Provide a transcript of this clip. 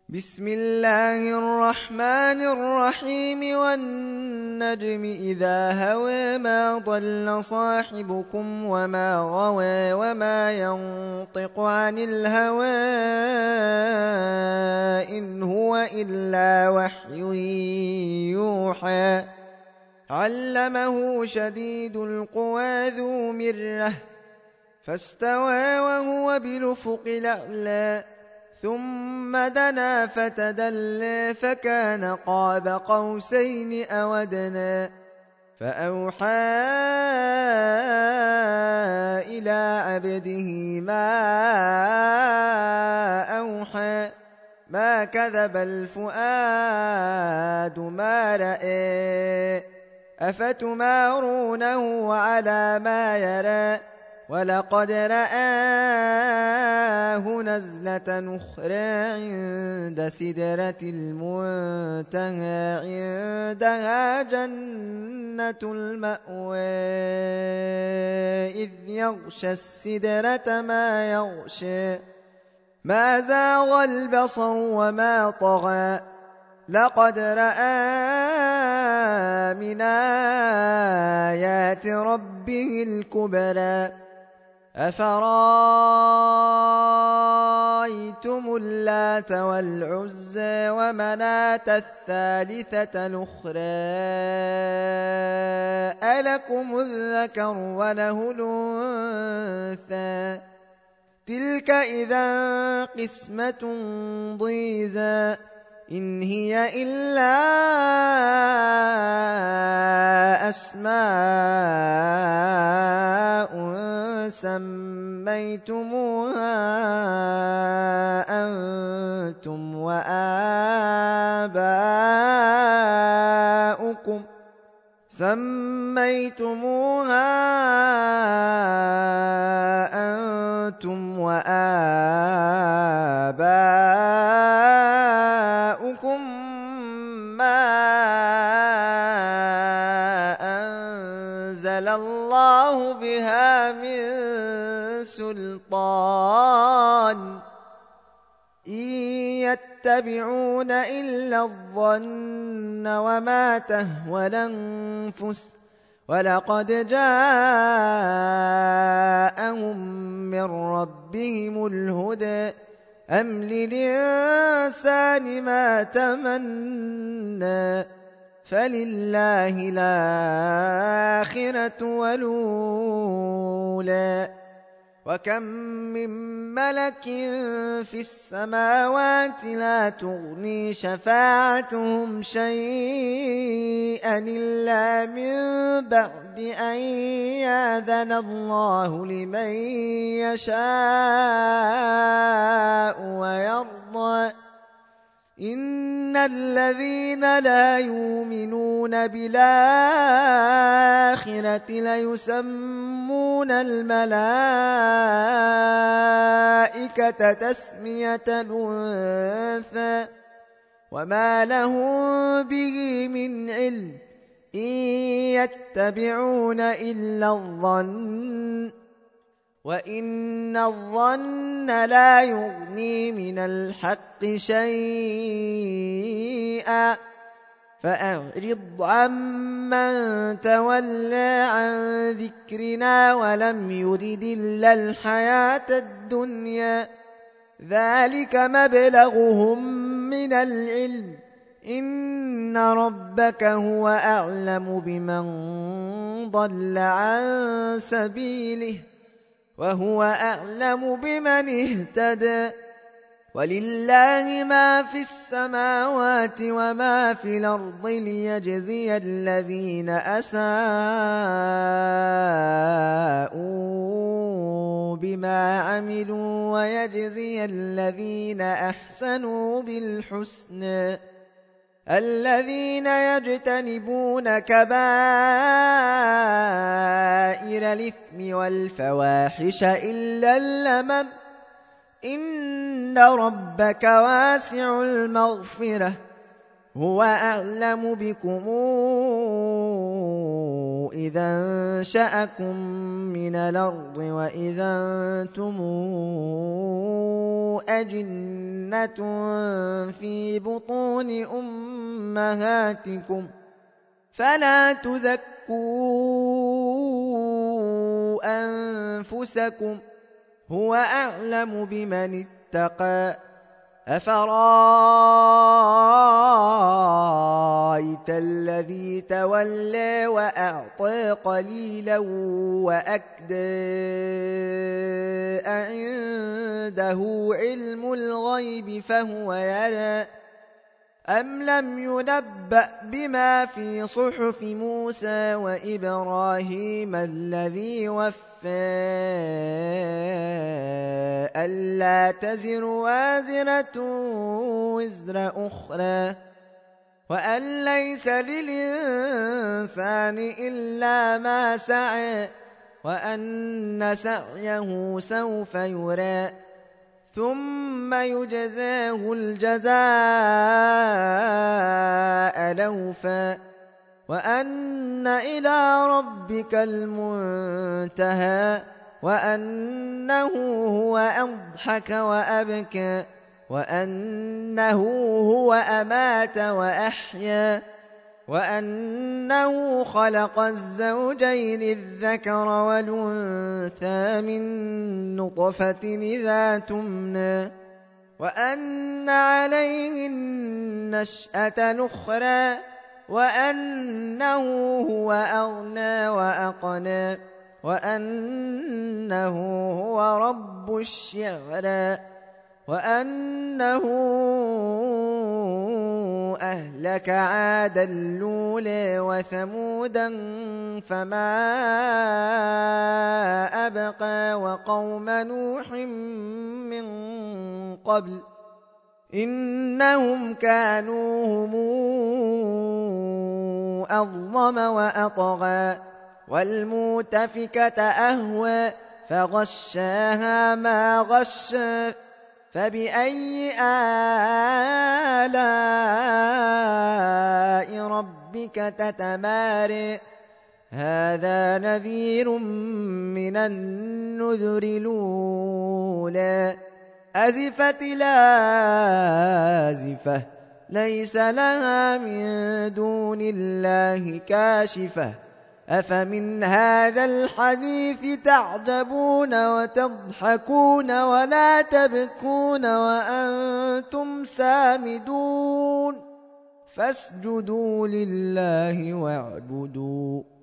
بسم الله الرحمن الرحيم والنجم إذا هوى ما ضل صاحبكم وما غوى وما ينطق عن الهوى إن هو إلا وحي يوحى علمه شديد القوى ذو مرة فاستوى وهو بالأفق الأعلى ثم دنا فتدلى فكان قاب قوسين أو أدنى فأوحى إلى عبده ما أوحى ما كذب الفؤاد ما رأى أفتمارونه على ما يرى ولقد رآه نزلة أخرى عند سدرة المنتهى عندها جنة المأوى إذ يغشى السدرة ما يغشى ما زاغ البصر وما طغى لقد رأى من آيات ربه الكبرى أفرأيتم اللات والعزى ومناة الثالثة الأخرى ألكم الذكر وله الأنثى تلك إذا قسمة ضيزى إن هي إلا أسماء سميتموها أنتم وآباؤكم ما أنزل الله بها من سلطان إن يتبعون إلا الظن وما تهوى الأنفس ولقد جاءهم من ربهم الهدى أم للإنسان ما تمنى فلله الآخرة والأولى وكم من ملك في السماوات لا تغني شفاعتهم شيئا إلا من بعد أن يأذن الله لمن يشاء ويرضى إن الذين لا يؤمنون بالآخرة ليسمون الملائكة تسمية الأنثى وما لهم به من علم إن يتبعون إلا الظن وإن الظن لا يغني من الحق شيئا فأعرض عمن تولى عن ذكرنا ولم يرد إلا الحياة الدنيا ذلك مبلغهم من العلم إن ربك هو أعلم بمن ضل عن سبيله وهو أعلم بمن اهتدى ولله ما في السماوات وما في الأرض ليجزي الذين أساءوا بما عملوا ويجزي الذين أحسنوا بالحسنى الذين يجتنبون كبائر الإثم والفواحش إلا اللمم إن ربك واسع المغفرة هو أعلم بكم إذا أنشأكم من الأرض وإذا أنتم أجنة في بطون أمهاتكم فلا تزكوا أنفسكم هو أعلم بمن اتقى أفرأيت الذي تولى وأعطى قليلا وأكدى عنده علم الغيب فهو يرى أم لم ينبأ بما في صحف موسى وإبراهيم الذي وفى ألا تزر وازرة وزر أخرى وأن ليس للإنسان إلا ما سعى وأن سعيه سوف يرى ثم يجزاه الجزاء الأوفى وأن إلى ربك المنتهى وأنه هو أضحك وأبكى وأنه هو أمات وأحيا وأنه خلق الزوجين الذكر والأنثى من نطفة إذا تمنى وأن عليه النشأة الأخرى وأنه هو أغنى وأقنى وأنه هو رب الشعرى وأنه أهلك عادا الأولى وثمودا فما أبقى وقوم نوح من قبل إنهم كانوا هم أظلم وأطغى والمؤتفكة أهوى فغشاها ما غشى فبأي آلاء ربك تتمارى هذا نذير من النذر الأولى أزفت الآزفة ليس لها من دون الله كاشفة أفمن هذا الحديث تعجبون وتضحكون ولا تبكون وأنتم سامدون فاسجدوا لله واعبدوا